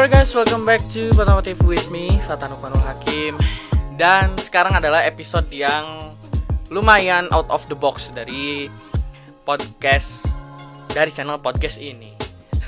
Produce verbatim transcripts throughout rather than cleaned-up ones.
Alright guys, welcome back to Otomotif with me, Fatan Lukmanul Hakim. Dan sekarang adalah episode yang lumayan out of the box dari podcast, dari channel podcast ini.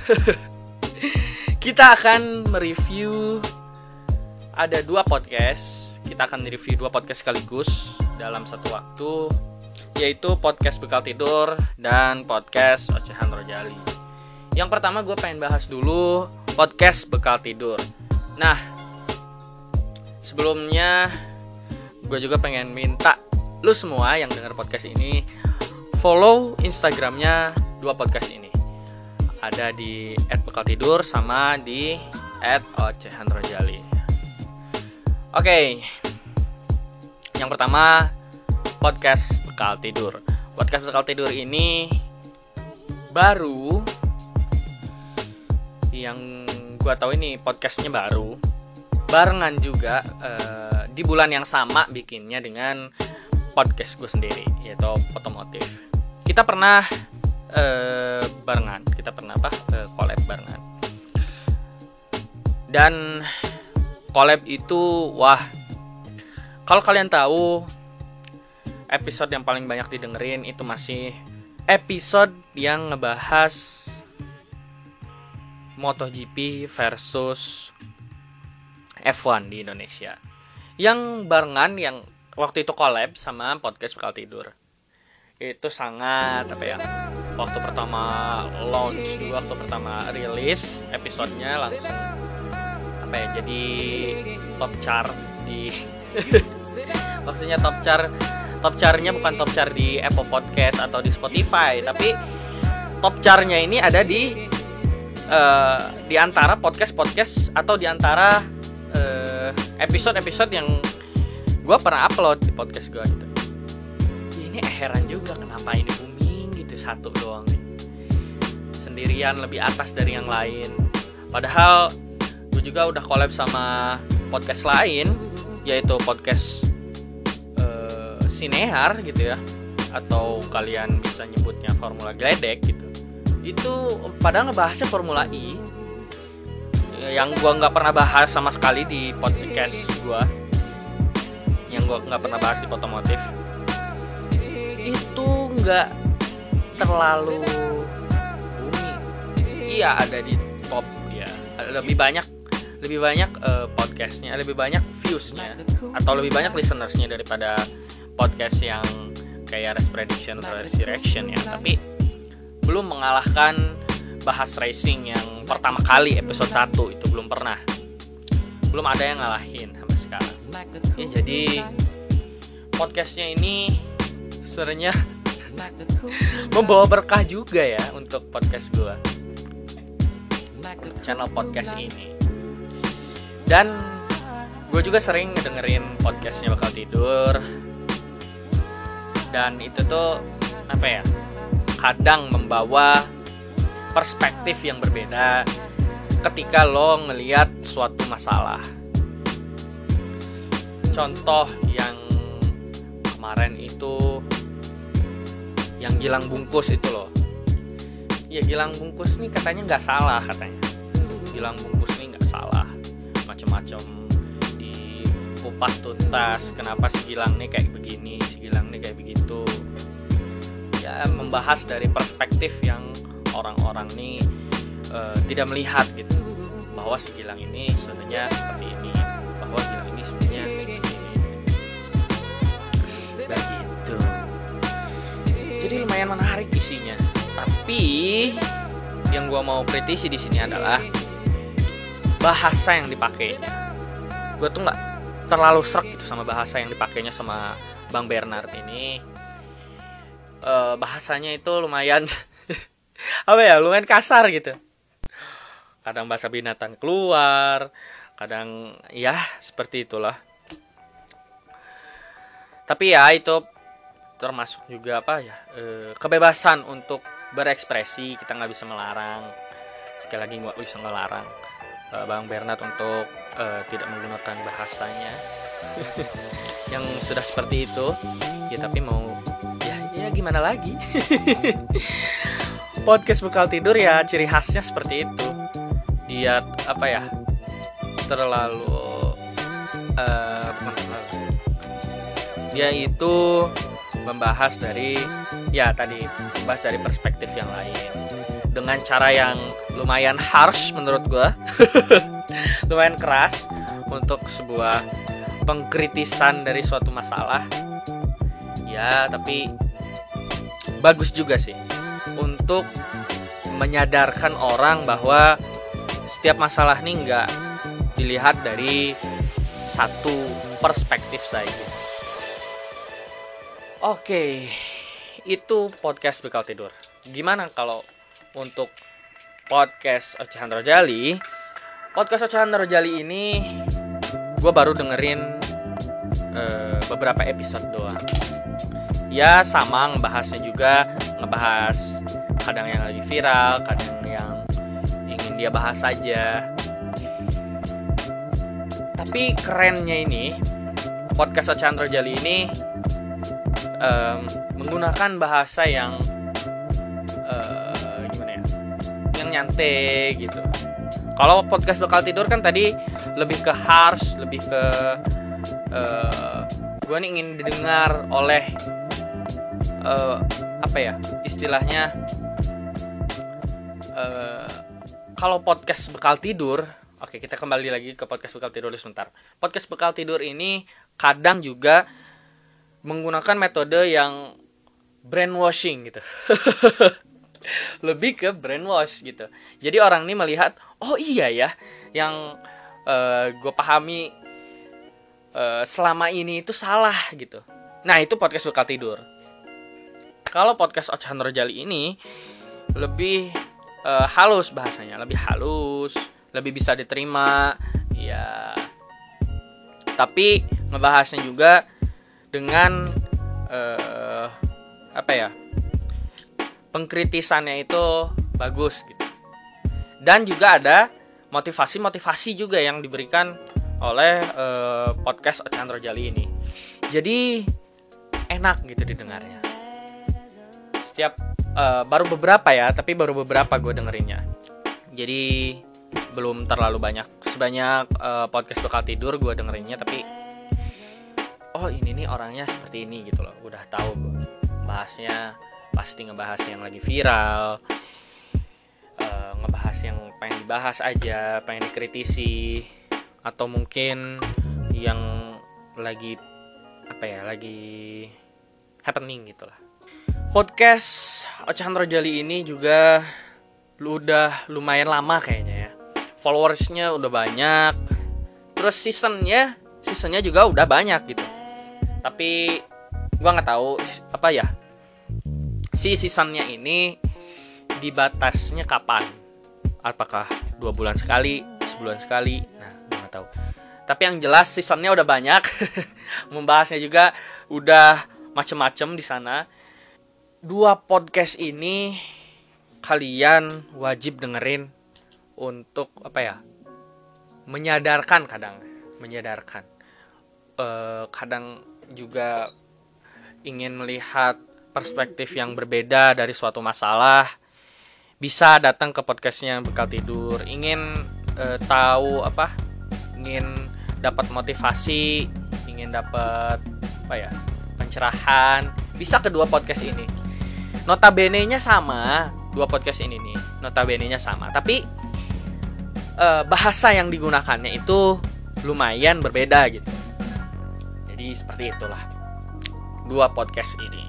Kita akan mereview ada dua podcast. Kita akan mereview dua podcast sekaligus dalam satu waktu, yaitu podcast Bekal Tidur dan podcast Ocehan Rojali. Yang pertama gue pengen bahas dulu podcast Bekal Tidur. Nah, sebelumnya gue juga pengen minta lu semua yang dengar podcast ini follow Instagramnya dua podcast ini. Ada di et bekal tidur sama di et ocehan rojali. Oke, yang pertama podcast Bekal Tidur. Podcast Bekal Tidur ini baru, yang gue tahu ini podcastnya baru, barengan juga uh, di bulan yang sama bikinnya dengan podcast gue sendiri, yaitu Otomotif. Kita pernah uh, barengan, kita pernah apa uh, collab barengan. Dan collab itu, wah, kalau kalian tahu, episode yang paling banyak didengerin itu masih episode yang ngebahas MotoGP versus F satu di Indonesia. Yang barengan, yang waktu itu collab sama podcast Bekal Tidur. Itu sangat apa ya? Waktu pertama launch, waktu pertama rilis episodenya langsung apa ya? Jadi top chart di maksudnya top chart. Top chart-nya bukan top chart di Apple Podcast atau di Spotify, tapi top chart-nya ini ada di Uh, di antara podcast-podcast atau di antara uh, episode-episode yang gue pernah upload di podcast gue gitu. Ini heran juga kenapa ini booming gitu, satu doang nih, sendirian lebih atas dari yang lain. Padahal gue juga udah collab sama podcast lain, yaitu podcast uh, Sinear gitu ya, atau kalian bisa nyebutnya Formula Gledek gitu. Itu padahal ngebahasnya Formula E, yang gue nggak pernah bahas sama sekali di podcast gue, yang gue nggak pernah bahas di Otomotif. Itu nggak terlalu booming. Iya, ada di top ya, lebih banyak lebih banyak uh, podcastnya, lebih banyak viewsnya atau lebih banyak listenersnya daripada podcast yang kayak Race Prediction atau Resurrection ya. Tapi belum mengalahkan bahas racing yang pertama kali episode satu, itu belum pernah. Belum ada yang ngalahin sampai sekarang. Ya, jadi podcastnya ini sebenarnya membawa berkah juga ya untuk podcast gue, channel podcast ini. Dan gue juga sering ngedengerin podcastnya Bekal Tidur. Dan itu tuh apa ya, kadang membawa perspektif yang berbeda ketika lo ngelihat suatu masalah. Contoh yang kemarin itu, yang Gilang Bungkus itu loh. Ya, Gilang Bungkus nih katanya nggak salah katanya. Gilang Bungkus nih nggak salah. Macam-macam dikupas tuntas. Kenapa si Gilang nih kayak begini, si Gilang nih kayak begitu. Ya, membahas dari perspektif yang orang-orang nih uh, tidak melihat gitu, bahwa si Gilang ini sebenarnya seperti ini, bahwa Gilang ini sebenarnya seperti ini. Begitu. Jadi lumayan menarik isinya. Tapi yang gua mau kritisi di sini adalah bahasa yang dipakainya. Gua tuh nggak terlalu srek gitu sama bahasa yang dipakainya sama Bang Bernard ini. Uh, bahasanya itu lumayan apa ya, lumayan kasar gitu. Kadang bahasa binatang keluar, kadang ya seperti itulah. Tapi ya itu termasuk juga apa ya, uh, kebebasan untuk berekspresi. Kita nggak bisa melarang, sekali lagi nggak bisa melarang uh, Bang Bernard untuk uh, tidak menggunakan bahasanya yang sudah seperti itu. Ya tapi mau ya gimana lagi. Podcast Bekal Tidur ya ciri khasnya seperti itu. Dia apa ya, terlalu uh, bukan terlalu dia itu membahas dari ya tadi membahas dari perspektif yang lain dengan cara yang lumayan harsh menurut gue. Lumayan keras untuk sebuah pengkritisan dari suatu masalah ya, tapi bagus juga sih untuk menyadarkan orang bahwa setiap masalah nih nggak dilihat dari satu perspektif saja. Oke, itu podcast Bekal Tidur. Gimana kalau untuk podcast Ocehan Rojali? Podcast Ocehan Rojali ini gue baru dengerin uh, beberapa episode doang. Ya sama ngebahasnya juga, ngebahas kadang yang lagi viral, kadang yang ingin dia bahas saja. Tapi kerennya ini, podcast Ocehan Rojali ini Um, menggunakan bahasa yang uh, gimana ya, yang nyantai gitu. Kalau podcast Bekal Tidur kan tadi lebih ke harsh, lebih ke uh, gue nih ingin didengar oleh uh, apa ya istilahnya. Uh, kalau podcast Bekal Tidur, oke kita kembali lagi ke podcast Bekal Tidur sebentar. Podcast Bekal Tidur ini kadang juga menggunakan metode yang brainwashing gitu. Lebih ke brainwash gitu. Jadi orang ini melihat, oh iya ya, yang uh, gue pahami uh, selama ini itu salah gitu. Nah itu podcast Bekal Tidur. Kalau podcast Ocehan Rojali ini lebih uh, halus bahasanya, lebih halus, lebih bisa diterima, ya. Tapi ngebahasnya juga dengan uh, apa ya pengkritisannya itu bagus gitu, dan juga ada motivasi-motivasi juga yang diberikan oleh uh, podcast Ocehan Rojali ini. Jadi enak gitu didengarnya. Setiap uh, baru beberapa ya, tapi baru beberapa gue dengerinnya. Jadi belum terlalu banyak sebanyak uh, podcast Bekal Tidur gue dengerinnya, tapi oh ini nih orangnya seperti ini gitu loh. Udah tahu gue bahasnya pasti ngebahas yang lagi viral, uh, ngebahas yang pengen dibahas aja, pengen dikritisi, atau mungkin yang lagi apa ya lagi happening gitulah. Podcast Ocehan Rojali ini juga lu udah lumayan lama kayaknya ya. Followersnya udah banyak, terus seasonnya seasonnya juga udah banyak gitu. Tapi gue nggak tahu apa ya si seasonnya ini dibatasnya kapan, apakah dua bulan sekali, sebulan sekali, nah gue nggak tahu. Tapi yang jelas seasonnya udah banyak. Membahasnya juga udah macem-macem di sana. Dua podcast ini kalian wajib dengerin untuk apa ya menyadarkan, kadang menyadarkan uh, kadang juga ingin melihat perspektif yang berbeda dari suatu masalah, bisa datang ke podcastnya Bekal Tidur. Ingin e, tahu apa, ingin dapat motivasi, ingin dapat apa ya pencerahan, bisa kedua podcast ini. Notabene-nya sama, dua podcast ini nih notabene-nya sama, tapi e, bahasa yang digunakannya itu lumayan berbeda gitu. Jadi seperti itulah dua podcast ini.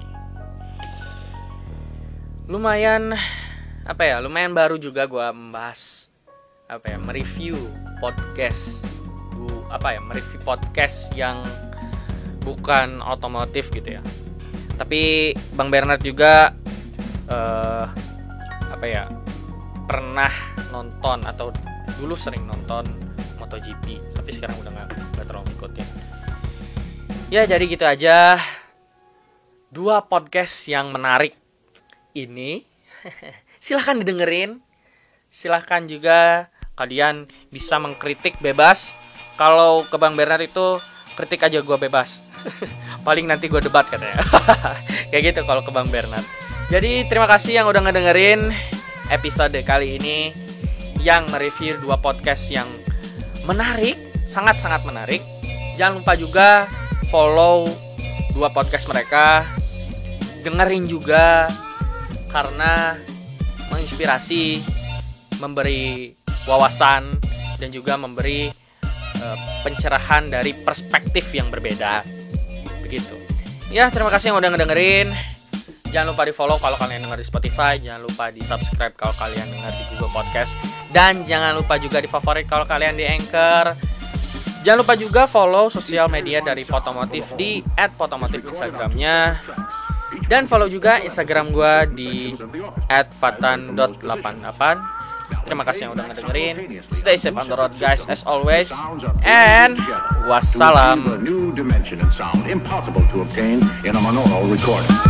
Lumayan apa ya? Lumayan baru juga gue membahas apa ya? Mereview podcast. Bu, apa ya? Mereview podcast yang bukan otomotif gitu ya. Tapi Bang Bernard juga uh, apa ya? Pernah nonton atau dulu sering nonton MotoGP, tapi sekarang udah nggak terlalu ngikutin. Ya jadi gitu aja. Dua podcast yang menarik ini silahkan didengerin. Silahkan juga kalian bisa mengkritik bebas. Kalau ke Bang Bernard itu kritik aja gue bebas. Paling nanti gue debat katanya. Kayak gitu kalau ke Bang Bernard. Jadi terima kasih yang udah ngedengerin episode kali ini yang mereview dua podcast yang menarik, sangat-sangat menarik. Jangan lupa juga follow dua podcast mereka, dengerin juga karena menginspirasi, memberi wawasan dan juga memberi uh, pencerahan dari perspektif yang berbeda. Begitu. Ya, terima kasih yang udah ngedengerin. Jangan lupa di follow kalau kalian denger di Spotify. Jangan lupa di subscribe kalau kalian denger di Google Podcast. Dan jangan lupa juga di favorit kalau kalian di Anchor. Jangan lupa juga follow sosial media dari Potomotif di et potomotif Instagramnya. Dan follow juga Instagram gue di et fatan dot delapan delapan. Terima kasih yang udah ngedengerin. Stay safe on the road guys as always. And wassalam. Impossible to obtain in a monaural recording.